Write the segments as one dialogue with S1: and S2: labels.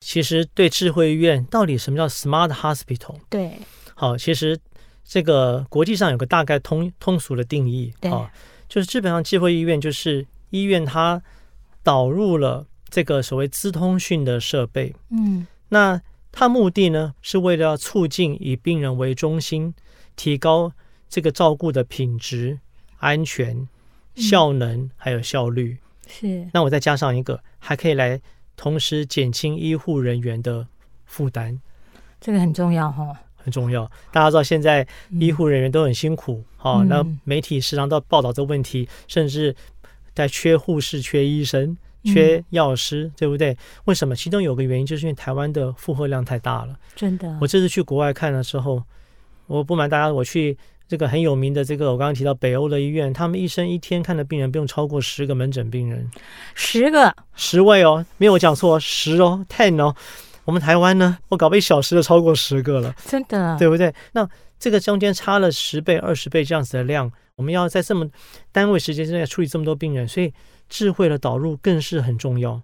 S1: 其实对智慧医院到底什么叫 Smart Hospital？
S2: 对，
S1: 好，其实这个国际上有个大概通俗的定义，
S2: 对，
S1: 就是基本上智慧医院就是医院它导入了这个所谓资通讯的设备，那它目的呢是为了要促进以病人为中心，提高这个照顾的品质、安全、效能还有效率。
S2: 是，
S1: 那我再加上一个，还可以来同时减轻医护人员的负担，
S2: 这个很重要哦。
S1: 很重要。大家知道现在医护人员都很辛苦，那媒体时常都报道这个问题，甚至在缺护士、缺医生、缺药师，对不对？为什么？其中有个原因就是因为台湾的负荷量太大了。
S2: 真的，
S1: 我这次去国外看的时候，我不瞒大家，我去这个很有名的这个我刚刚提到北欧的医院，他们医生一天看的病人不用超过10个门诊病人，10位哦，没有讲错，10哦 ，10哦。我们台湾呢，我搞不1小时就超过10个了，
S2: 真的，
S1: 对不对？那这个中间差了10倍、20倍这样子的量，我们要在这么单位时间之内处理这么多病人，所以智慧的导入更是很重要。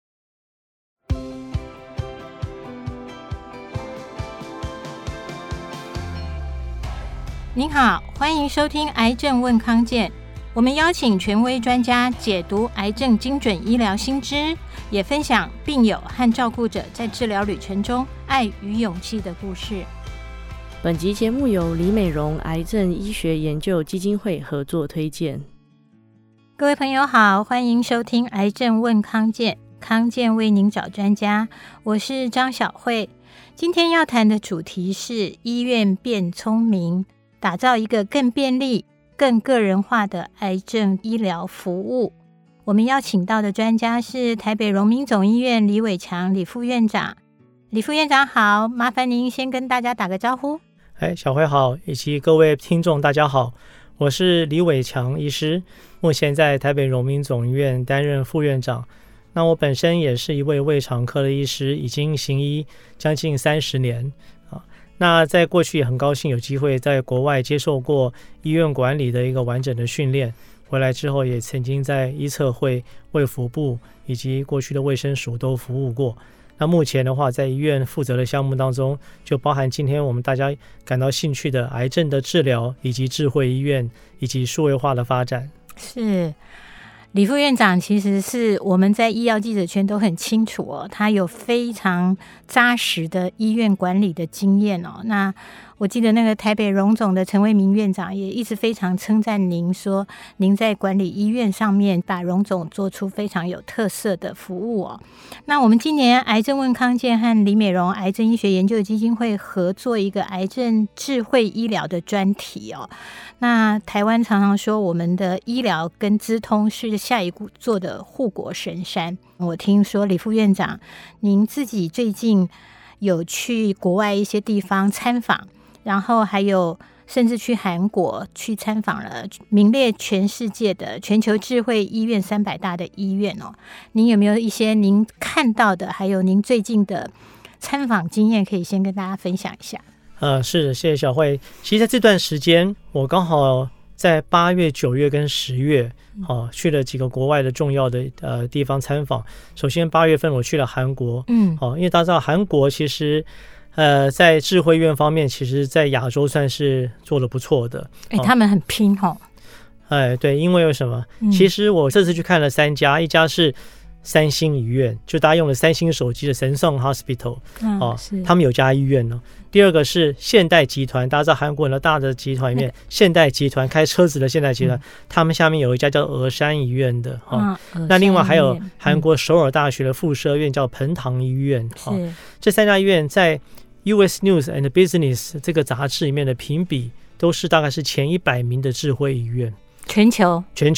S2: 您好，欢迎收听癌症问康健，我们邀请权威专家解读癌症精准医疗新知，也分享病友和照顾者在治疗旅程中爱与勇气的故事。
S3: 本集节目由李美容癌症医学研究基金会合作推荐。
S2: 各位朋友好，欢迎收听癌症问康健，康健为您找专家，我是张晓慧。今天要谈的主题是医院变聪明，打造一个更便利、更个人化的癌症医疗服务。我们邀请到的专家是台北荣民总医院李伟强李副院长。李副院长好，麻烦您先跟大家打个招呼。
S1: 小辉好，以及各位听众大家好，我是李伟强医师，目前在台北荣民总医院担任副院长。那我本身也是一位胃肠科的医师，已经行医将近30年。那在过去也很高兴有机会在国外接受过医院管理的一个完整的训练，回来之后也曾经在医策会、卫福部以及过去的卫生署都服务过。那目前的话，在医院负责的项目当中，就包含今天我们大家感到兴趣的癌症的治疗，以及智慧医院，以及数位化的发展。
S2: 是，李副院长其实是我们在医药记者圈都很清楚哦，他有非常扎实的医院管理的经验哦。那我记得那个台北荣总的陈卫明院长也一直非常称赞您，说您在管理医院上面把荣总做出非常有特色的服务哦。那我们今年癌症问康健和李美容癌症医学研究基金会合作一个癌症智慧医疗的专题哦。那台湾常常说我们的医疗跟资通是下一座的护国神山。我听说李副院长您自己最近有去国外一些地方参访，然后还有甚至去韩国去参访了名列全世界的全球智慧医院300大的医院哦。您有没有一些您看到的，还有您最近的参访经验，可以先跟大家分享一下？
S1: 是的，谢谢小慧。其实在这段时间，我刚好在8月、9月跟10月，去了几个国外的重要的地方参访。首先8月份我去了韩国，因为大家知道韩国其实在智慧院方面，其实在亚洲算是做得不错的。
S2: 他们很拼哦。
S1: 对，因为有什么？其实我这次去看了3家，一家是三星医院，就大家用了3星手机的神送 Hospital，他们有家医院呢。第二个是现代集团，大家知道韩国很多大的集团里面，现代集团开车子的现代集团，他们下面有一家叫峨山医院的，那另外还有韩国首尔大学的附设院叫彭塘医院，这3家医院在 US News and Business 这个杂志里面的评比都是大概是前100名的智慧医院，全球前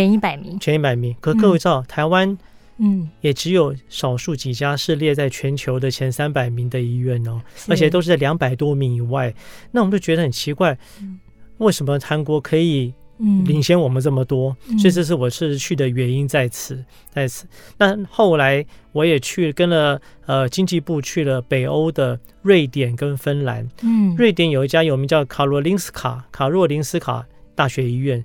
S1: 100名。可各位知道，台湾也只有少数几家是列在全球的前300名的医院哦，而且都是在200多名以外。那我们就觉得很奇怪，为什么韩国可以领先我们这么多？所以这是我是去的原因在此。那后来我也跟了经济部去了北欧的瑞典跟芬兰。瑞典有一家有名叫卡若林斯卡大学医院，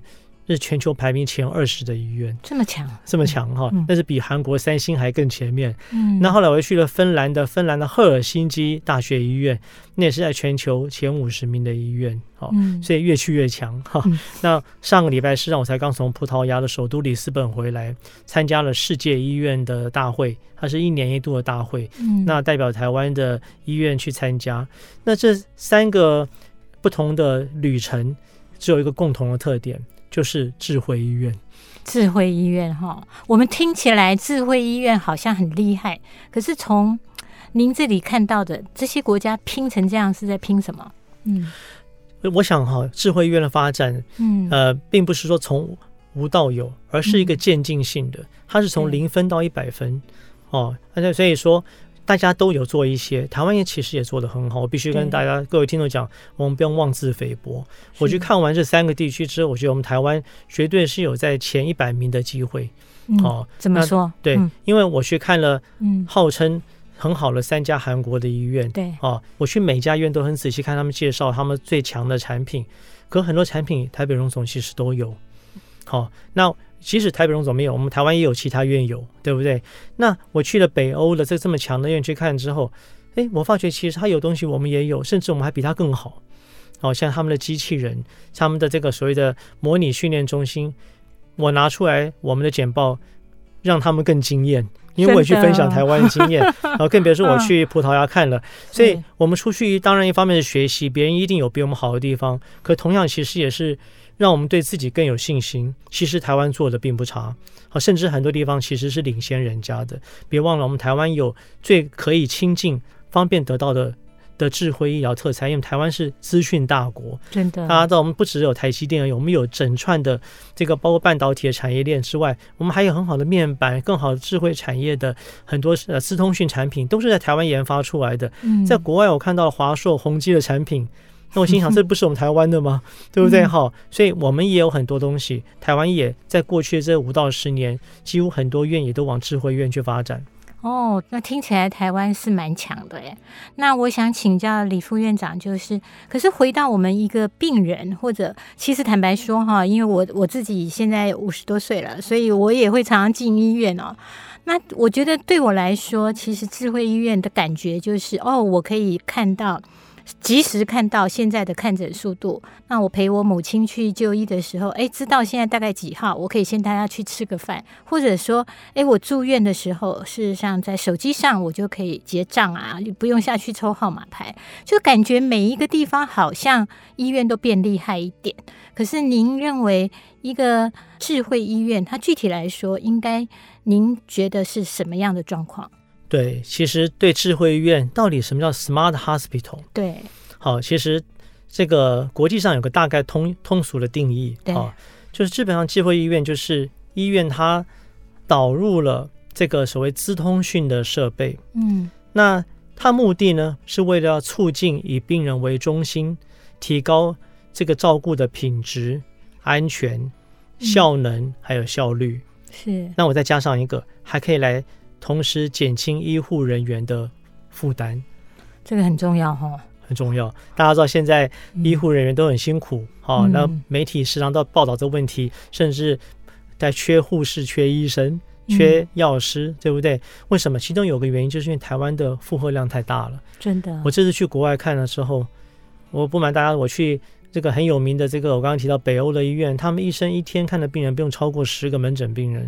S1: 是全球排名前20的医院，
S2: 这么强
S1: 哈，那是比韩国3星还更前面。那后来我又去了芬兰的赫尔辛基大学医院，那也是在全球前50名的医院，所以越去越强哈。那上个礼拜是让我才刚从葡萄牙的首都里斯本回来，参加了世界医院的大会，它是1年1度的大会，那代表台湾的医院去参加。那这3个不同的旅程只有一个共同的特点，就是智慧医院。
S2: 智慧医院我们听起来智慧医院好像很厉害，可是从您这里看到的这些国家拼成这样是在拼什么？
S1: 我想智慧医院的发展并不是说从无到有，而是一个渐进性的，它是从0分到100分所以说大家都有做一些，台湾其实也做得很好。我必须跟各位听众讲，我们不用妄自菲薄。我去看完这3个地区之后，我觉得我们台湾绝对是有在前100名的机会。
S2: 怎么说？
S1: 对，因为我去看了号称很好的3家韩国的医院，
S2: 对，
S1: 我去每家医院都很仔细看他们介绍他们最强的产品，可很多产品台北荣总其实都有。那即使台北荣总没有，我们台湾也有其他院有，对不对？那我去了北欧的这么强的院去看之后，我发觉其实它有东西我们也有，甚至我们还比它更好。像他们的机器人，他们的这个所谓的模拟训练中心，我拿出来我们的简报让他们更惊艳，因为我也去分享台湾的经验，然后更别说我去葡萄牙看了。所以我们出去当然一方面是学习，别人一定有比我们好的地方，可同样其实也是让我们对自己更有信心。其实台湾做的并不差，甚至很多地方其实是领先人家的。别忘了我们台湾有最可以亲近方便得到的智慧医疗特产，因为台湾是资讯大国，
S2: 真的。
S1: 大家知道我们不只有台积电而已，我们有整串的这个包括半导体的产业链之外，我们还有很好的面板，更好的智慧产业的很多资通讯产品都是在台湾研发出来的。在国外我看到了华硕、宏基的产品，那我心想这不是我们台湾的吗？对不对？所以我们也有很多东西，台湾也在过去这5到10年，几乎很多院也都往智慧院去发展。
S2: 那听起来台湾是蛮强的耶。那我想请教李副院长，可是回到我们一个病人，或者其实坦白说因为我自己现在50多岁了，所以我也会常常进医院那我觉得对我来说，其实智慧医院的感觉就是我可以及时看到现在的看诊速度。那我陪我母亲去就医的时候，知道现在大概几号，我可以先带她去吃个饭，或者说我住院的时候，事实上在手机上我就可以结账啊，不用下去抽号码牌，就感觉每一个地方好像医院都变厉害一点。可是您认为一个智慧医院它具体来说应该您觉得是什么样的状况？
S1: 对，其实对智慧医院到底什么叫 Smart Hospital？
S2: 对，
S1: 其实这个国际上有个大概通俗的定义，就是基本上智慧医院就是医院它导入了这个所谓资通讯的设备，那它目的呢是为了要促进以病人为中心，提高这个照顾的品质、安全、效能还有效率。
S2: 是，
S1: 那我再加上一个，还可以来同时减轻医护人员的负担，
S2: 这个很重要
S1: 很重要。大家知道现在医护人员都很辛苦那媒体时常都报道这个问题，甚至在缺护士、缺医生、缺药师，对不对？为什么？其中有个原因就是因为台湾的负荷量太大了。
S2: 真的，
S1: 我这次去国外看的时候，我不瞒大家，我去这个很有名的我刚刚提到北欧的医院，他们医生一天看的病人不用超过10个门诊病人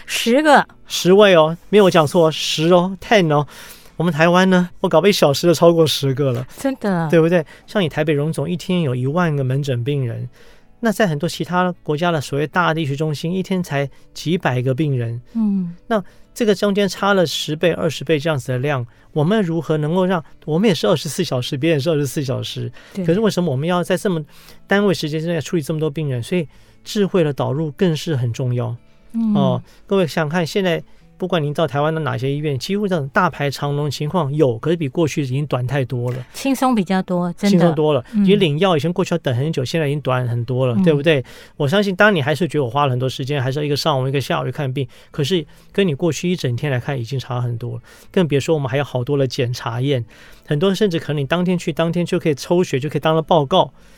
S1: ，10位没有讲错，10 我们台湾呢，我搞不1小时就超过10个了，
S2: 真的，
S1: 对不对？像你台北荣总一天有1万个门诊病人，那在很多其他国家的所谓大地区中心，一天才几百个病人，那这个中间差了10倍、20倍这样子的量，我们如何能够让我们也是24小时，别人也是24小时，可是为什么我们要在这么单位时间之内处理这么多病人？所以智慧的导入更是很重要。各位想看现在。不管您到台湾的哪些医院，几乎这种大排长龙情况有，可是比过去已经短太多了，
S2: 轻松比较多，真的
S1: 轻松多了。你领药以前过去要等很久，现在已经短很多了，对不对？我相信当然你还是觉得我花了很多时间，还是要一个上午一个下午去看病，可是跟你过去一整天来看已经差很多了，更别说我们还有好多的检查验，很多甚至可能你当天去当天就可以抽血就可以当了报告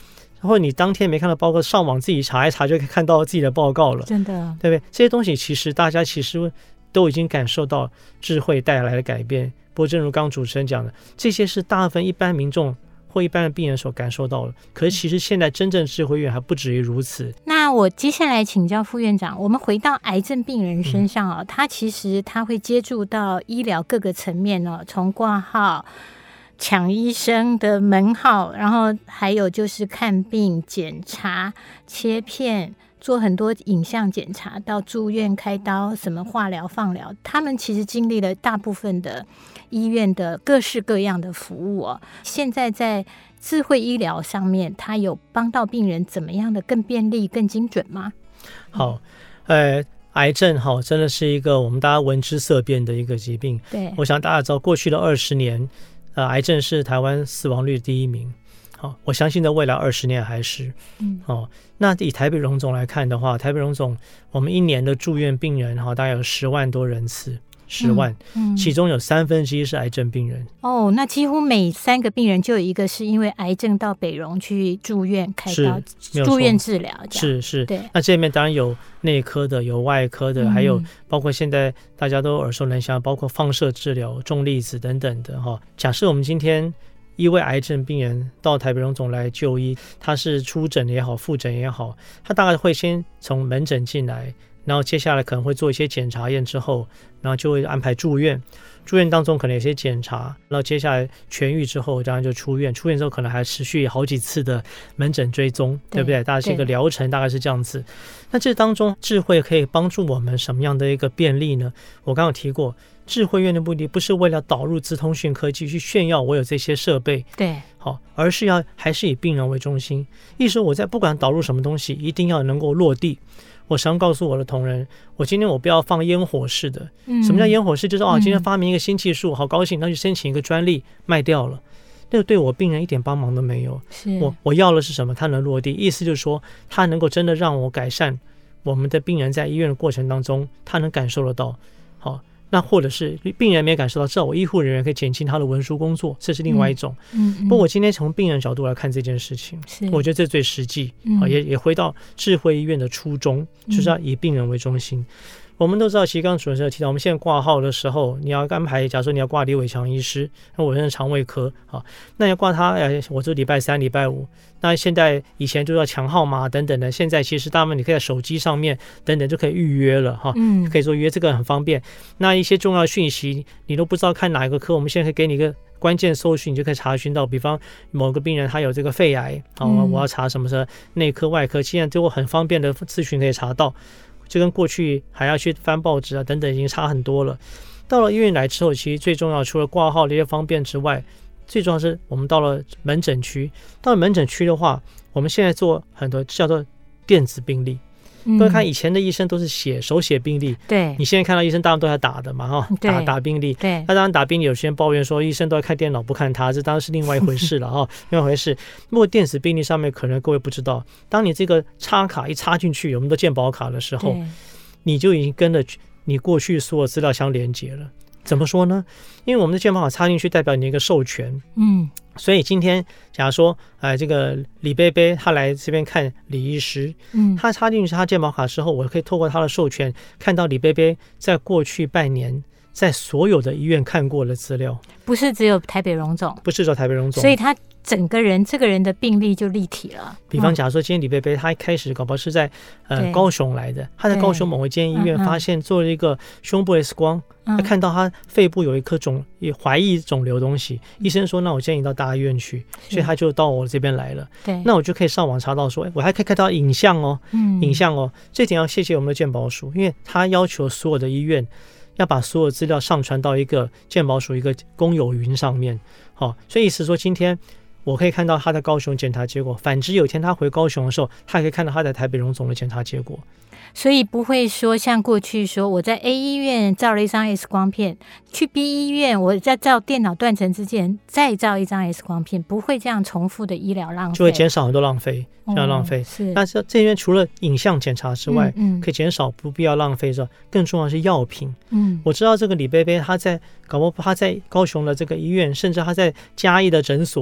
S1: 然后你当天没看到报告，上网自己查一查就可以看到自己的报告了，
S2: 真的，
S1: 对不对？这些东西其实大家其实都已经感受到智慧带来的改变。不过正如刚刚主持人讲的，这些是大部分一般民众或一般的病人所感受到的，可是其实现在真正智慧医院还不止于如此。
S2: 那我接下来请教副院长，我们回到癌症病人身上他其实他会接触到医疗各个层面从挂号、抢医生的门号，然后还有就是看病、检查、切片，做很多影像检查，到住院开刀，什么化疗、放疗，他们其实经历了大部分的医院的各式各样的服务现在在智慧医疗上面，它有帮到病人怎么样的更便利、更精准吗？
S1: 好，癌症真的是一个我们大家闻之色变的一个疾病。
S2: 对，
S1: 我想大家知道，过去的20年，癌症是台湾死亡率第1名。好，我相信在未来20年还是。那以台北荣总来看的话，台北荣总我们一年的住院病人大概有10万多人次。10万，其中有1/3是癌症病人。
S2: 那几乎每3个病人就有一个是因为癌症到北荣去住院开刀、住院治疗。
S1: 是，
S2: 对。
S1: 那这里面当然有内科的，有外科的，还有包括现在大家都耳熟能详，包括放射治疗、重粒子等等的假设我们今天一位癌症病人到台北荣总来就医，他是初诊也好，复诊也好，他大概会先从门诊进来，然后接下来可能会做一些检查验之后，然后就会安排住院。住院当中可能有些检查，然后接下来痊愈之后当然就出院。出院之后可能还持续好几次的门诊追踪， 对不对？大概是一个疗程，大概是这样子。那这当中智慧可以帮助我们什么样的一个便利呢？我刚刚有提过，智慧院的目的不是为了导入资通讯科技去炫耀我有这些设备，
S2: 对，
S1: 好，而是还是以病人为中心。意思我在不管导入什么东西，一定要能够落地。我常告诉我的同仁，我今天我不要放烟火式的。什么叫烟火式？就是今天发明一个新技术，好高兴，那就申请一个专利卖掉了，那个对我病人一点帮忙都没有。我要的是什么？它能落地，意思就是说，它能够真的让我改善我们的病人在医院的过程当中，他能感受得到。好，那或者是病人没感受到，至少我医护人员可以减轻他的文书工作，这是另外一种。不过我今天从病人角度来看这件事情，我觉得这最实际。也回到智慧医院的初衷，就是要以病人为中心。我们都知道，其实刚刚主持人提到，我们现在挂号的时候，你要安排，假如说你要挂李伟强医师，那我是肠胃科，那要挂他，我就礼拜3、礼拜5。那现在以前就要抢号码等等的，现在其实大部分你可以在手机上面等等就可以预约了可以说约，这个很方便。那一些重要的讯息你都不知道看哪一个科，我们现在可以给你一个关键搜寻，你就可以查询到，比方某个病人他有这个肺癌，我要查什么是内科、外科，现在都很方便的咨询可以查到。就跟过去还要去翻报纸等等已经差很多了。到了医院来之后，其实最重要除了挂号这些方便之外，最重要是我们到了门诊区。到了门诊区的话，我们现在做很多叫做电子病历。各位看，以前的医生都是手写病历，
S2: 对，
S1: 你现在看到医生当然都在打的嘛，打病历，
S2: 对。
S1: 那当然打病历，有些人抱怨说医生都在看电脑不看他，这当然是另外一回事了另外一回事。不过电子病历上面可能各位不知道，当你这个插卡一插进去，我们的健保卡的时候，你就已经跟了你过去所有资料相连接了。怎么说呢？因为我们的健保卡插进去代表你一个授权，所以今天假如说这个李贝贝他来这边看李医师，他插进去他健保卡之后，我可以透过他的授权看到李贝贝在过去半年在所有的医院看过的资料，
S2: 不是只有台北荣总，
S1: 不是只有台北荣总，
S2: 所以他整个人这个人的病历就立体了。
S1: 比方假如说今天李贝贝他一开始搞不好是在高雄来的，他在高雄某一间医院发现做了一个胸部 X 光，他看到他肺部有一颗也怀疑肿瘤东西，医生说那我建议到大医院去，所以他就到我这边来了。
S2: 对，
S1: 那我就可以上网查到说，我还可以看到影像影像这点要谢谢我们的健保署，因为他要求所有的医院要把所有资料上传到一个健保署一个公有云上面。所以意思说今天我可以看到他在高雄检查结果，反之有一天他回高雄的时候，他可以看到他在台北荣总的检查结果。
S2: 所以不会说像过去说我在 A 医院照了一张 X 光片，去 B 医院我在照电脑断层之前再照一张 X 光片，不会这样重复的医疗浪费，
S1: 就会减少很多浪费，这样浪费。那这边除了影像检查之外，可以减少不必要浪费之外，更重要的是药品。我知道这个李贝贝他在高雄的这个医院，甚至他在嘉义的诊所，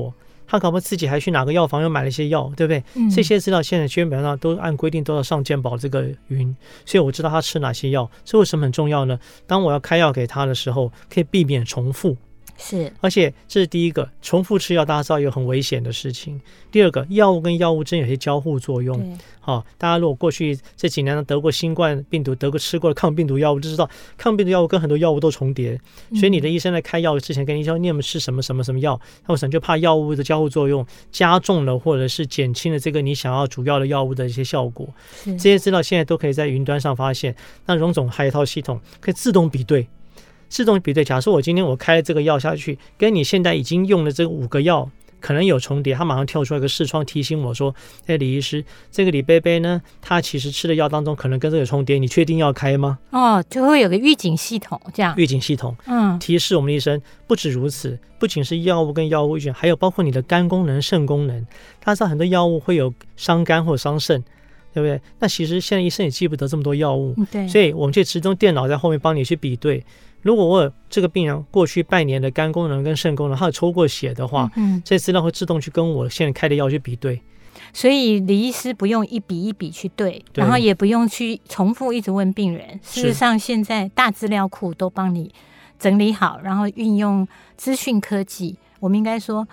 S1: 他搞不好自己还去哪个药房又买了一些药，对不对？这些资料现在基本上都按规定都要上健保这个云，所以我知道他吃哪些药。这为什么很重要呢？当我要开药给他的时候，可以避免重复。
S2: 是，
S1: 而且这是第一个，重复吃药大家知道有很危险的事情。第二个，药物跟药物之间有些交互作用。大家如果过去这几年得过新冠病毒、吃过抗病毒药物，就知道抗病毒药物跟很多药物都重叠，所以你的医生在开药之前跟你说你有没有吃什么什么什么药，他可能就怕药物的交互作用加重了或者是减轻了这个你想要主要的药物的一些效果。这些资料现在都可以在云端上发现。那荣总还有一套系统可以自动比对。假设我今天我开了这个药下去，跟你现在已经用的这5个药可能有重叠，他马上跳出来一个视窗提醒我说，李医师，这个李贝贝呢，他其实吃的药当中可能跟这个有重叠，你确定要开吗？
S2: 就会有个预警系统，这样预
S1: 警系统提示我们的医生。不止如此，不仅是药物跟药物预警，还有包括你的肝功能、肾功能。大家知道很多药物会有伤肝或伤肾，对不对？那其实现在医生也记不得这么多药物，
S2: 对，
S1: 所以我们就直中电脑在后面帮你去比对。如果我有这个病人过去半年的肝功能跟肾功能，他有抽过血的话，这资料会自动去跟我现在开的药去比对。
S2: 所以李医师不用一笔一笔去对，然后也不用去重复一直问病人。事实上，现在大资料库都帮你整理好，然后运用资讯科技，我们应该说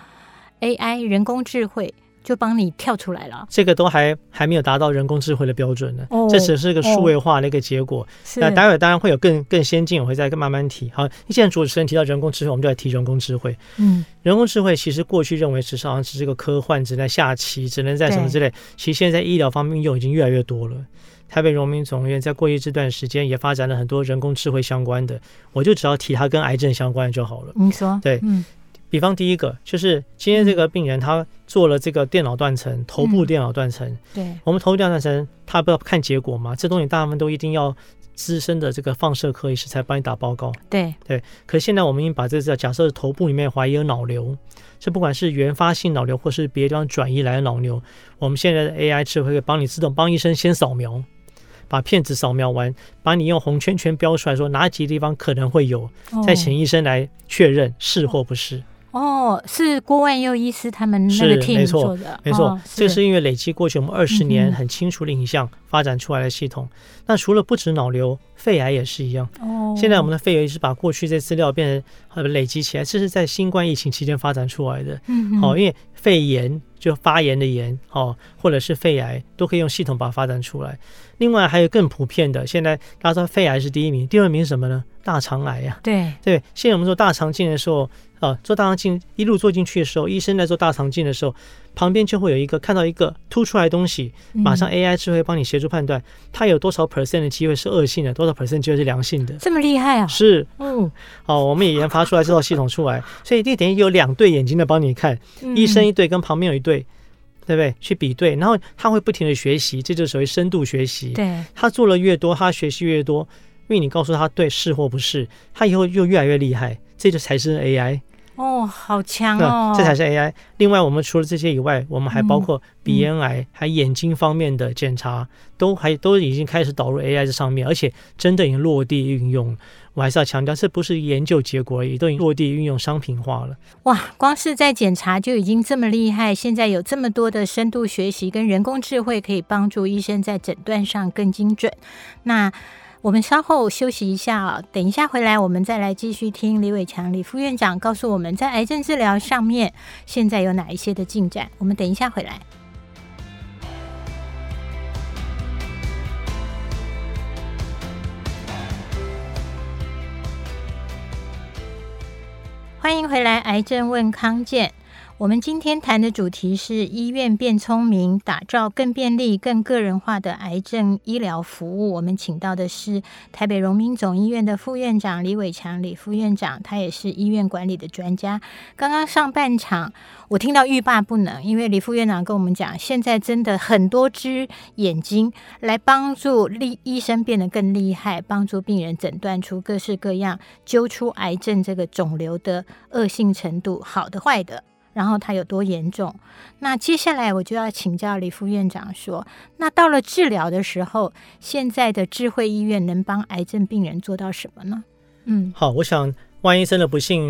S2: AI 人工智慧。就帮你跳出来了，
S1: 这个都还没有达到人工智慧的标准呢。这只是个数位化的一个结果。那待会当然会有更先进，我会再慢慢提。好，既然主持人提到人工智慧，我们就来提人工智慧。人工智慧其实过去认为好像只是个科幻，只能在下棋，只能在什么之类。其实现在在医疗方面应用已经越来越多了。台北荣民总医院在过去这段时间也发展了很多人工智慧相关的，我就只要提它跟癌症相关的就好了。
S2: 你说
S1: 对，比方第一个就是今天这个病人他做了这个电脑断层，头部电脑断层。
S2: 对，
S1: 我们头部电脑断层他不要看结果嘛，这东西大部分都一定要资深的这个放射科医师才帮你打报告。
S2: 对，
S1: 可是现在我们已经把这个假设头部里面怀疑有脑瘤，这不管是原发性脑瘤或是别的地方转移来的脑瘤，我们现在的 AI 智慧会帮你自动帮医生先扫描，把片子扫描完，把你用红圈圈标出来说哪几个地方可能会有，再请医生来确认是或不是。
S2: 是郭万佑医师他们那个 team 做的。
S1: 没错，这是因为累积过去我们20年很清楚的影像发展出来的系统。那除了不止脑瘤，肺癌也是一样。现在我们的肺癌是把过去这资料变成累积起来，这是在新冠疫情期间发展出来的。因为肺炎就发炎的炎，或者是肺癌都可以用系统把它发展出来。另外还有更普遍的，现在大家知道肺癌是第1名，第2名是什么呢？大肠癌啊。
S2: 对，
S1: 现在我们做大肠镜的时候，做大肠镜一路做进去的时候，医生在做大肠镜的时候，旁边就会有一个看到一个凸出来的东西，马上 AI 智慧帮你协助判断，它有多少%的机会是恶性的，多少%机会是良性的。
S2: 这么厉害啊！
S1: 是，我们也研发出来这套系统出来，所以等于有2对眼睛的帮你看，医生一对跟旁边有一对。对不对？去比对，然后他会不停的学习，这就是所谓深度学习。
S2: 对，
S1: 他做了越多，他学习越多，因为你告诉他对是或不是，他以后就越来越厉害，这就才是 AI。
S2: 好强哦！
S1: 这才是 AI。另外，我们除了这些以外，我们还包括鼻咽癌、还眼睛方面的检查，都已经开始导入 AI 这上面，而且真的已经落地运用。我还是要强调，这不是研究结果而已，都已经落地运用商品化了。
S2: 哇，光是在检查就已经这么厉害，现在有这么多的深度学习跟人工智慧可以帮助医生在诊断上更精准。那我们稍后休息一下等一下回来我们再来继续听李伟强李副院长告诉我们在癌症治疗上面现在有哪一些的进展。我们等一下回来。欢迎回来，癌症问康健。我们今天谈的主题是医院变聪明，打造更便利、更个人化的癌症医疗服务。我们请到的是台北荣民总医院的副院长李伟强李副院长，他也是医院管理的专家。刚刚上半场我听到欲罢不能，因为李副院长跟我们讲，现在真的很多只眼睛来帮助医生变得更厉害，帮助病人诊断出各式各样，揪出癌症这个肿瘤的恶性程度，好的坏的，然后它有多严重。那接下来我就要请教李副院长说，那到了治疗的时候，现在的智慧医院能帮癌症病人做到什么呢？
S1: 好，我想万一真的不幸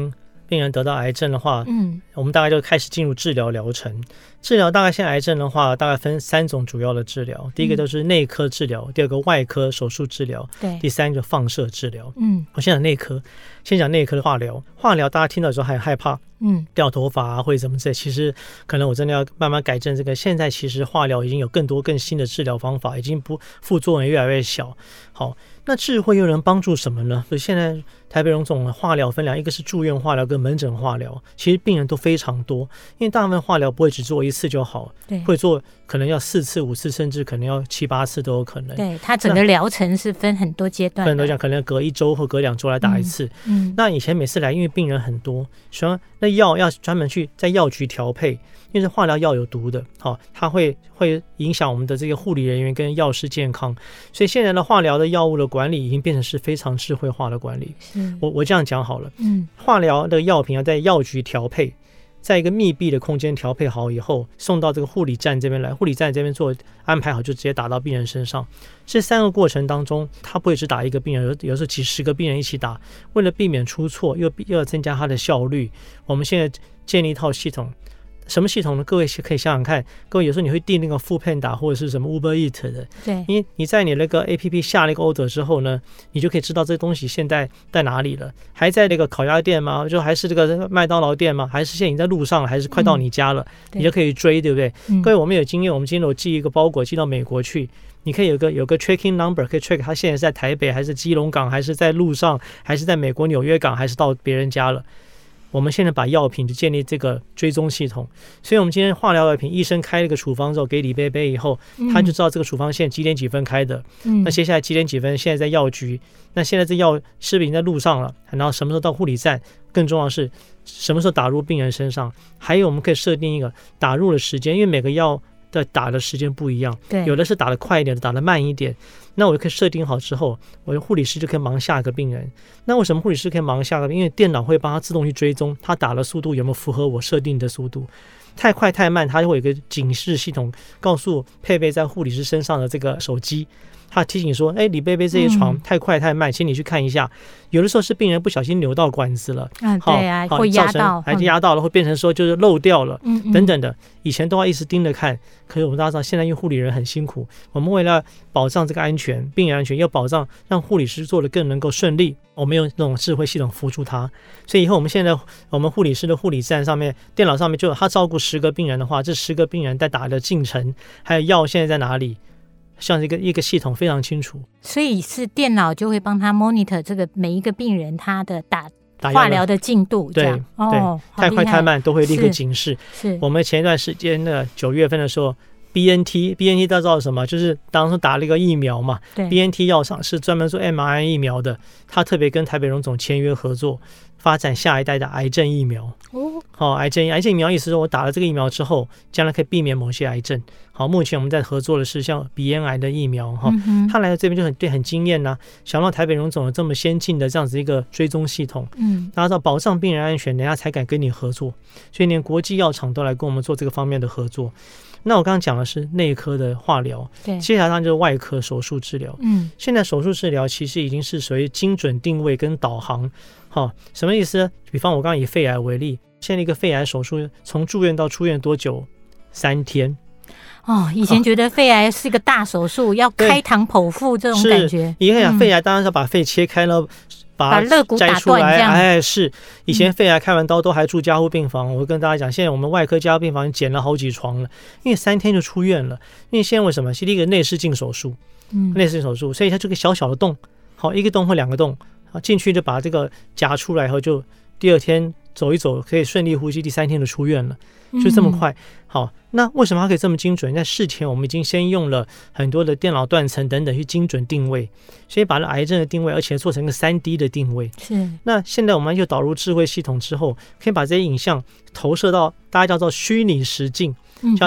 S1: 病人得到癌症的话，我们大概就开始进入治疗疗程。治疗大概现在癌症的话，大概分3种主要的治疗。第一个就是内科治疗，第二个外科手术治疗，第三个放射治疗。我先讲内科，先讲内科的化疗。化疗大家听到的时候还害怕，掉头发啊，或者怎么之类。其实可能我真的要慢慢改正这个。现在其实化疗已经有更多更新的治疗方法，已经不副作用越来越小。好，那智慧又能帮助什么呢？所以现在台北荣总的化疗分两，一个是住院化疗跟门诊化疗，其实病人都非常多，因为大部分化疗不会只做1次就好，会做可能要4次、5次，甚至可能要7、8次都有可能。
S2: 对，它整个疗程是分很多阶段的，
S1: 很多讲可能隔1周或隔2周来打一次。那以前每次来，因为病人很多，所以那药要专门去在药局调配，因为化疗药有毒的，它会影响我们的这个护理人员跟药师健康，所以现在的化疗的药物的管理已经变成是非常智慧化的管理。我这样讲好了，化疗的药品要在药局调配，在一个密闭的空间调配好以后，送到这个护理站这边来，护理站这边做安排好，就直接打到病人身上。这3个过程当中，他不会只打一个病人，有时候几10个病人一起打，为了避免出错，又要增加它的效率，我们现在建立一套系统。什么系统呢？各位可以想想看，各位有时候你会订那个Foodpanda或者是什么 Uber Eat 的，
S2: 对，
S1: 因为你在你那个 APP 下了一个 order 之后呢，你就可以知道这东西现在在哪里了，还在那个烤鸭店吗？就还是这个麦当劳店吗？还是现在已经在路上了，还是快到你家了？你就可以追，对不对？各位，我们有经验，我们今天有寄一个包裹寄到美国去，你可以有个 tracking number， 可以 track 它现在是在台北，还是基隆港，还是在路上，还是在美国纽约港，还是到别人家了。我们现在把药品就建立这个追踪系统，所以我们今天化疗药品，医生开了个处方之后给李贝贝以后，他就知道这个处方线几点几分开的，那接下来几点几分现在在药局，那现在这药是不是已经在路上了，然后什么时候到护理站，更重要的是什么时候打入病人身上，还有我们可以设定一个打入的时间，因为每个药的打的时间不一样，有的是打得快一点的，打得慢一点，那我就可以设定好之后，我的护理师就可以忙下一个病人。那为什么护理师可以忙下个病人？因为电脑会帮他自动去追踪他打的速度有没有符合我设定的速度，太快太慢，它就会有一个警示系统告诉配备在护理师身上的这个手机，他提醒说，李贝贝这些床太快太慢，请你去看一下。有的时候是病人不小心扭到管子了，
S2: 对啊，会压到，
S1: 还是压到了，会变成说就是漏掉了，等等的。以前都要一直盯着看，可是我们大家知道，现在因为护理人很辛苦，我们为了保障这个安全，病人安全，要保障让护理师做得更能够顺利，我们用这种智慧系统辅助他。所以以后我们现在我们护理师的护理站上面，电脑上面就有他照顾10个病人的话，这10个病人在打的进程，还有药现在在哪里。像一个系统非常清楚，
S2: 所以是电脑就会帮他 monitor 这个每一个病人他的打化疗的进度，这样
S1: 对，太快太慢都会立刻警示。是我们前一段时间的9月份的时候 BNT 大家知道什么？就是当初打了一个疫苗嘛。BNT 药厂是专门做 mRNA 疫苗的，他特别跟台北荣总签约合作，发展下一代的癌症疫苗。癌症疫苗意思是我打了这个疫苗之后，将来可以避免某些癌症。好，目前我们在合作的是像鼻咽癌的疫苗他来到这边就很惊艳呐，想到台北荣总有这么先进的这样子一个追踪系统，大家知道保障病人安全，人家才敢跟你合作，所以连国际药厂都来跟我们做这个方面的合作。那我刚刚讲的是内科的化疗，接下来就是外科手术治疗。现在手术治疗其实已经是属于精准定位跟导航。什么意思呢？比方我刚刚以肺癌为例，现在一个肺癌手术从住院到出院多久？3天。
S2: 以前觉得肺癌是一个大手术，要开膛剖腹这种感觉。
S1: 你看肺癌当然是把肺切开了，把肋骨摘出来。是以前肺癌开完刀都还住加护病房。我会跟大家讲，现在我们外科加护病房减了好几床了，因为3天就出院了。因为现在为什么？是第一个内视镜手术，内视镜手术，所以它这个小小的洞，好，一个洞或2个洞，进去就把这个夹出来以后，就第2天走一走可以顺利呼吸，第3天就出院了，就这么快。好，那为什么它可以这么精准？在事前我们已经先用了很多的电脑断层等等去精准定位，所以把癌症的定位，而且做成一个3D 的定位。
S2: 是。
S1: 那现在我们又导入智慧系统之后，可以把这些影像投射到大家叫做虚拟实境，叫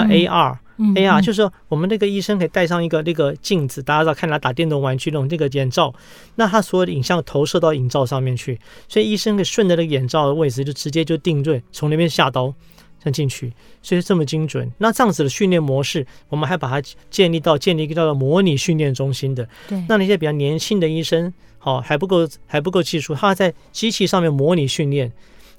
S1: AR。AR 就是说我们那个医生可以戴上一个那个镜子，大家知道看他打电动玩具那种这个眼罩，那他所有的影像投射到影罩上面去，所以医生可以顺着那个眼罩的位置就直接就定罪，从那边下刀进去，所以这么精准。那这样子的训练模式，我们还把它建立一个叫做模拟训练中心的。那那些比较年轻的医生，还不够技术，他在机器上面模拟训练。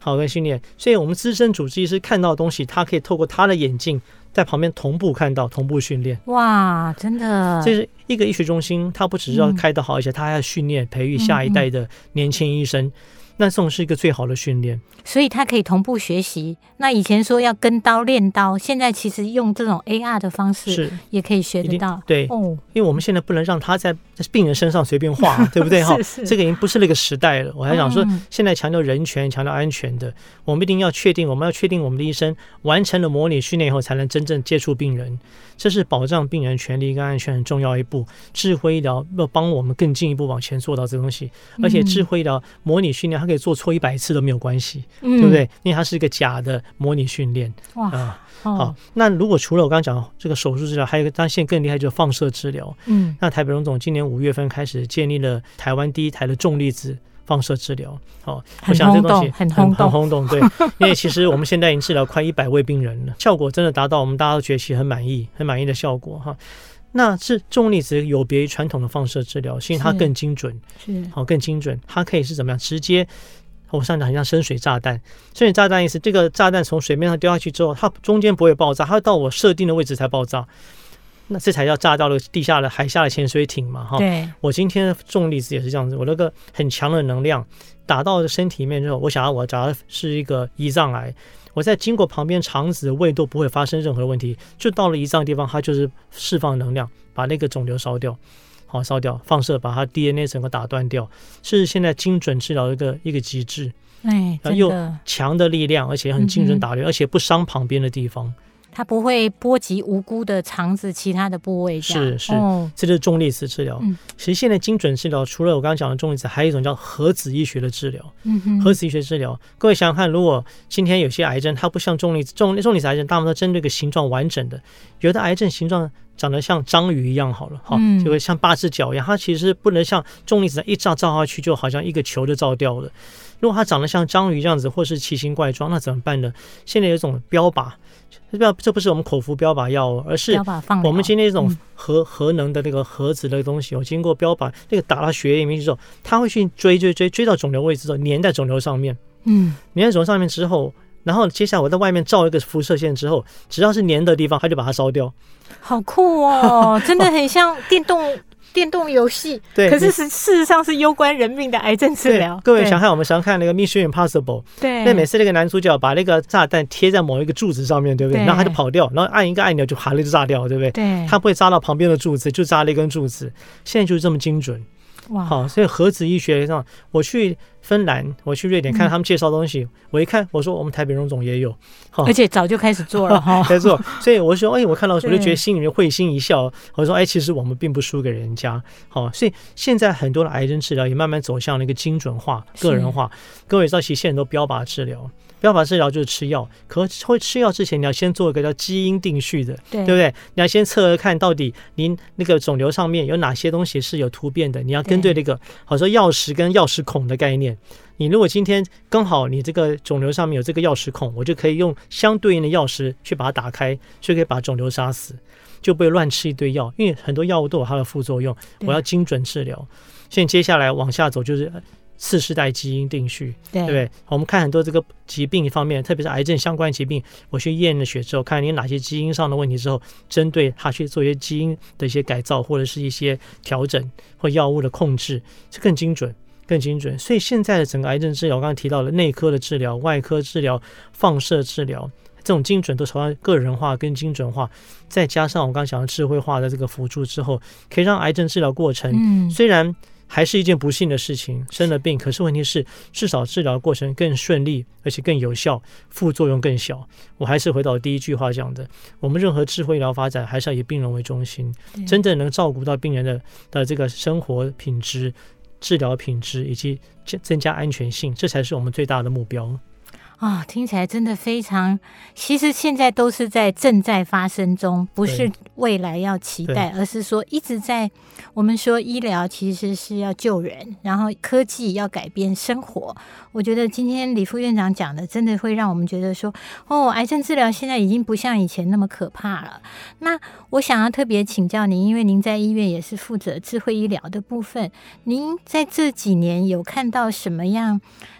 S1: 好跟训练，所以我们资深主治医师看到的东西，他可以透过他的眼镜在旁边同步看到，同步训练。
S2: 哇，真的，
S1: 这是一个医学中心，他不只是要开得好，而且他还要训练培育下一代的年轻医生。那这种是一个最好的训练，
S2: 所以它可以同步学习。那以前说要跟刀练刀，现在其实用这种 AR 的方式也可以学得到。
S1: 对，因为我们现在不能让他在病人身上随便画，对不对？这个已经不是那个时代了。我还想说，现在强调人权、强调安全的，我们一定要确定，我们要确定我们的医生完成了模拟训练以后，才能真正接触病人。这是保障病人权利跟安全很重要一步。智慧医疗要帮我们更进一步往前做到这个东西，而且智慧医疗模拟训练，它可以做错100次都没有关系，对不对？因为它是一个假的模拟训练。哇，好，那如果除了我刚刚讲这个手术治疗，还有一个当然现在更厉害就是放射治疗。那台北荣总今年5月份开始建立了台湾第一台的重粒子放射治疗。我想这个东西很轰动，对，因为其实我们现在已经治疗快100位病人了，效果真的达到我们大家都觉得其实很满意的效果哈。那是重粒子有别于传统的放射治疗，因为它更精准，更精准，它可以是怎么样直接。我上讲很像深水炸弹，深水炸弹意思，这个炸弹从水面上掉下去之后，它中间不会爆炸，它会到我设定的位置才爆炸。那这才叫炸到了地下的海下的潜水艇嘛，哈。对，我今天的重粒子也是这样子，我那个很强的能量打到身体里面之后，我假如是一个胰脏癌，我在经过旁边肠子、胃都不会发生任何问题，就到了胰脏的地方，它就是释放能量，把那个肿瘤烧掉。好，烧掉，放射把它 DNA 整个打断掉，是现在精准治疗的一个机制。又强的力量，而且很精准打略，而且不伤旁边的地方。
S2: 它不会波及无辜的肠子其他的部位。
S1: 是，这就是重粒子治疗。其实现在精准治疗除了我刚刚讲的重粒子，还有一种叫核子医学的治疗。核子医学治疗，各位想想看，如果今天有些癌症它不像重粒子癌症，大部分都针对个形状完整的，有的癌症形状长得像章鱼一样好了，就会像8只脚一样，它其实不能像重粒子一照下去就好像一个球就照掉了。如果它长得像章鱼这样子，或是奇形怪状，那怎么办呢？现在有一种标靶，这不是我们口服标靶药，而是我们今天这种核能的那个核子的东西，经过标靶那个打到血液里面之后，它会去追到肿瘤位置之后，粘在肿瘤上面。粘在肿瘤上面之后，然后接下来我在外面照一个辐射线之后，只要是粘的地方，它就把它烧掉。
S2: 好酷哦，真的很像电动游戏，对，可是事实上是攸关人命的癌症治疗。
S1: 各位想看，我们想看那个 Mission Impossible， 对，那每次那个男主角把那个炸弹贴在某一个柱子上面，对不对？然后他就跑掉，然后按一个按钮就就炸掉，对不对？对，他不会炸到旁边的柱子，就炸了一根柱子。现在就是这么精准。哇，好，所以核子医学上，我去芬兰，我去瑞典看他们介绍东西，我一看，我说我们台北荣总也有，
S2: 而且早就开始做了哈，
S1: 开始做。所以我说，我看到我就觉得心里面会心一笑。我说，其实我们并不输给人家。好，所以现在很多的癌症治疗也慢慢走向了一个精准化、个人化。各位知道，其实现在很多标靶治疗。标靶治疗就是吃药，可会吃药之前，你要先做一个叫基因定序的，对不对？你要先测看到底您那个肿瘤上面有哪些东西是有突变的，你要跟对那个，好说药石跟药石孔的概念。你如果今天刚好你这个肿瘤上面有这个药石孔，我就可以用相对应的药石去把它打开，就可以把肿瘤杀死，就不会乱吃一堆药，因为很多药物都有它的副作用。我要精准治疗，所以接下来往下走就是次世代基因定序，对不对？我们看很多这个疾病方面，特别是癌症相关疾病，我去验了血之后，看你哪些基因上的问题之后，针对它去做一些基因的一些改造，或者是一些调整或药物的控制，是更精准。所以现在的整个癌症治疗，我刚才提到了内科的治疗、外科治疗、放射治疗，这种精准都朝向个人化跟精准化，再加上我刚才讲的智慧化的这个辅助之后，可以让癌症治疗过程，虽然还是一件不幸的事情，生了病，可是问题是至少治疗过程更顺利，而且更有效，副作用更小。我还是回到第一句话讲的，我们任何智慧疗发展还是要以病人为中心，真正能照顾到病人的这个生活品质、治疗品质以及增加安全性，这才是我们最大的目标。
S2: 听起来真的非常，其实现在都是正在发生中，不是未来要期待，而是说一直在。我们说医疗其实是要救人，然后科技要改变生活。我觉得今天李副院长讲的真的会让我们觉得说，癌症治疗现在已经不像以前那么可怕了。那我想要特别请教您，因为您在医院也是负责智慧医疗的部分，您在这几年有看到什么样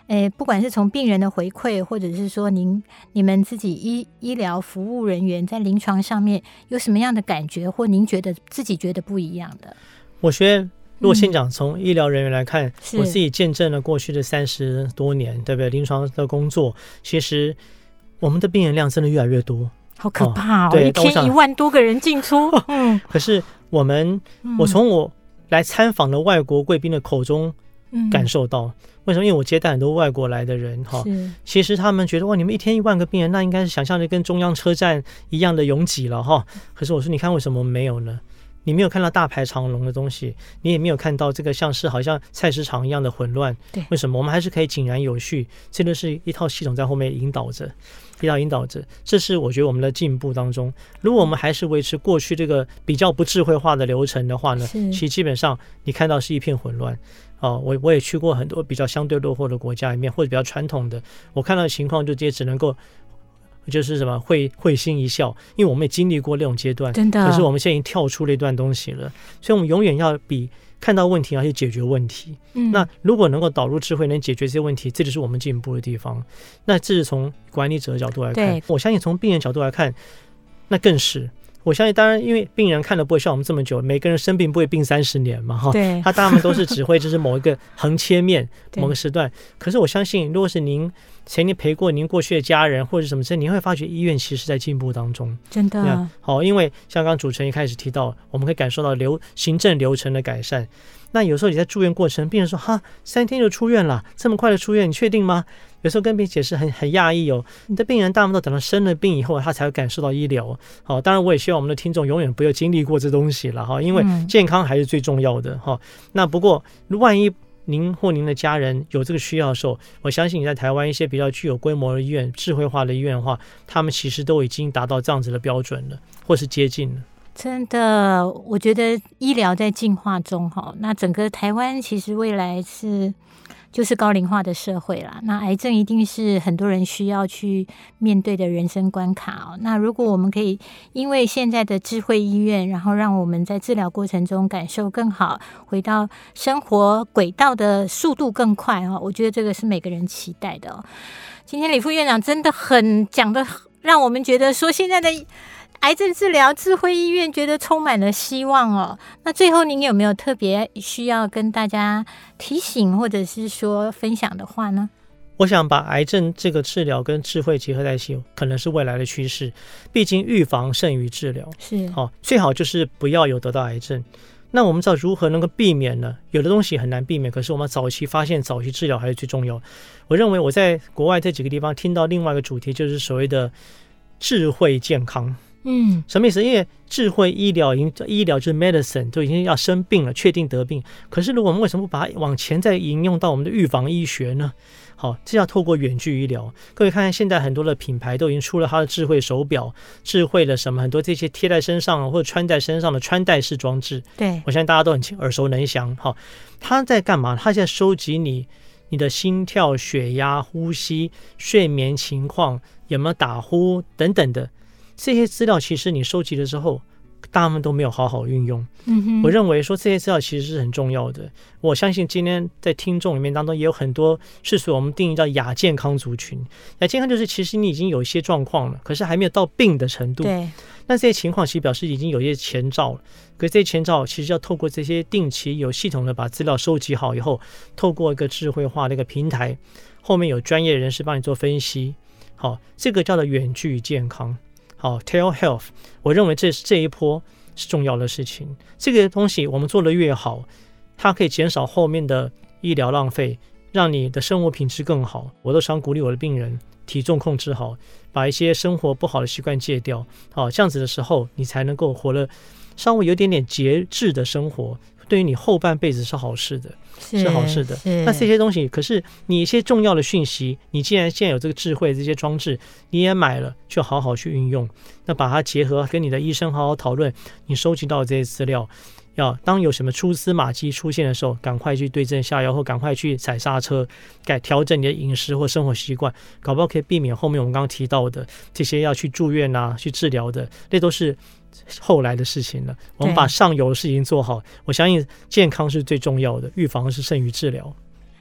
S2: 不管是从病人的回馈，或者是说你们自己医疗服务人员在临床上面有什么样的感觉，或您自己觉得不一样的？
S1: 我觉得如果先讲从医疗人员来看，我自己见证了过去的30多年，对不对？临床的工作，其实我们的病人量真的越来越多，
S2: 好可怕哦！
S1: 对，
S2: 一天1万多个人进出。
S1: 可是我从我来参访的外国贵宾的口中感受到，为什么？因为我接待很多外国来的人哈，其实他们觉得哇，你们一天1万个病人，那应该是想象的跟中央车站一样的拥挤了哈。可是我说，你看为什么没有呢？你没有看到大排长龙的东西，你也没有看到这个像是好像菜市场一样的混乱。对，为什么？我们还是可以井然有序，这就是一套系统在后面引导着。这是我觉得我们的进步当中，如果我们还是维持过去这个比较不智慧化的流程的话呢，其实基本上你看到是一片混乱。我也去过很多比较相对落后的国家里面，或者比较传统的，我看到的情况就直接只能够就是什么会心一笑，因为我们也经历过那种阶段，真的。可是我们现在已经跳出了一段东西了，所以我们永远要比看到问题要去解决问题。那如果能够导入智慧能解决这些问题，这就是我们进步的地方。那这是从管理者的角度来看，我相信从病人角度来看，那更是。我相信，当然，因为病人看了不会像我们这么久，每个人生病不会病30年嘛，哈。对。他大部分都是只会就是某一个横切面，某个时段。可是我相信，如果是您曾经陪过您过去的家人或者什么事，你会发觉医院其实在进步当中，真的。好，因为像刚刚主持人一开始提到，我们可以感受到行政流程的改善。那有时候你在住院过程，病人说哈，3天就出院了，这么快的出院，你确定吗？有时候跟病人解释很讶异哦，你的病人大部分都等到生了病以后，他才会感受到医疗。好，当然我也希望我们的听众永远不要经历过这东西了哈，因为健康还是最重要的哈。那不过万一您或您的家人有这个需要的时候，我相信你在台湾一些比较具有规模的医院、智慧化的医院的话，他们其实都已经达到这样子的标准了，或是接近了。
S2: 真的，我觉得医疗在进化中哈，那整个台湾其实未来就是高龄化的社会啦，那癌症一定是很多人需要去面对的人生关卡哦。那如果我们可以因为现在的智慧医院，然后让我们在治疗过程中感受更好，回到生活轨道的速度更快哦，我觉得这个是每个人期待的哦。今天李副院长真的很讲的，让我们觉得说现在的癌症治疗智慧医院觉得充满了希望哦。那最后您有没有特别需要跟大家提醒或者是说分享的话呢？
S1: 我想把癌症这个治疗跟智慧结合在一起，可能是未来的趋势。毕竟预防胜于治疗，是最好就是不要有得到癌症。那我们知道如何能够避免呢？有的东西很难避免，可是我们早期发现、早期治疗还是最重要。我认为我在国外这几个地方听到另外一个主题，就是所谓的智慧健康。什么意思？因为智慧医疗就是 medicine 都已经要生病了，确定得病。可是如果我们为什么不把它往前再引用到我们的预防医学呢？好，这要透过远距医疗。各位看看，现在很多的品牌都已经出了它的智慧手表、智慧的什么很多这些贴在身上或者穿在身上的穿戴式装置。对，我相信大家都很耳熟能详。好，它在干嘛？它在收集你的心跳、血压、呼吸、睡眠情况，有没有打呼等等的。这些资料其实你收集了之后，大部分都没有好好运用。我认为说这些资料其实是很重要的。我相信今天在听众里面当中也有很多是属于我们定义叫亚健康族群。亚健康就是其实你已经有一些状况了，可是还没有到病的程度。对，那这些情况其实表示已经有一些前兆了。可是这些前兆其实要透过这些定期有系统的把资料收集好以后，透过一个智慧化的一个平台，后面有专业人士帮你做分析。好，这个叫做远距健康。好 telehealth， 我认为这一波是重要的事情。这个东西我们做得越好，它可以减少后面的医疗浪费，让你的生活品质更好。我都常鼓励我的病人体重控制好，把一些生活不好的习惯戒掉。好，这样子的时候，你才能够活了稍微有点节制的生活。对于你后半辈子是好事的，是好事的。那这些东西，可是你一些重要的讯息，你既然现在有这个智慧这些装置，你也买了，就好好去运用。那把它结合跟你的医生好好讨论，你收集到的这些资料，当有什么蛛丝马迹出现的时候，赶快去对症下药，或赶快去踩刹车，调整你的饮食或生活习惯，搞不好可以避免后面我们刚刚提到的这些要去住院啊、去治疗的，那都是后来的事情了。我们把上游的事情做好，我相信健康是最重要的，预防是胜于治疗。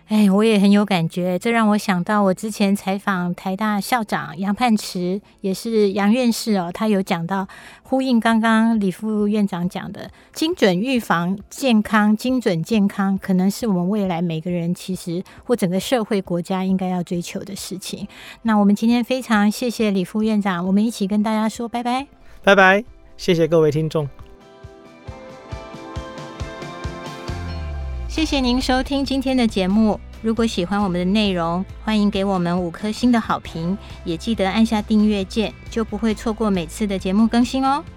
S2: 我也很有感觉，这让我想到我之前采访台大校长杨泮池，也是杨院士他有讲到，呼应刚刚李副院长讲的，精准预防健康，精准健康可能是我们未来每个人其实或整个社会国家应该要追求的事情。那我们今天非常谢谢李副院长，我们一起跟大家说拜拜，
S1: 拜拜，谢谢各位听众。
S2: 谢谢您收听今天的节目，如果喜欢我们的内容，欢迎给我们5颗星的好评，也记得按下订阅键，就不会错过每次的节目更新哦。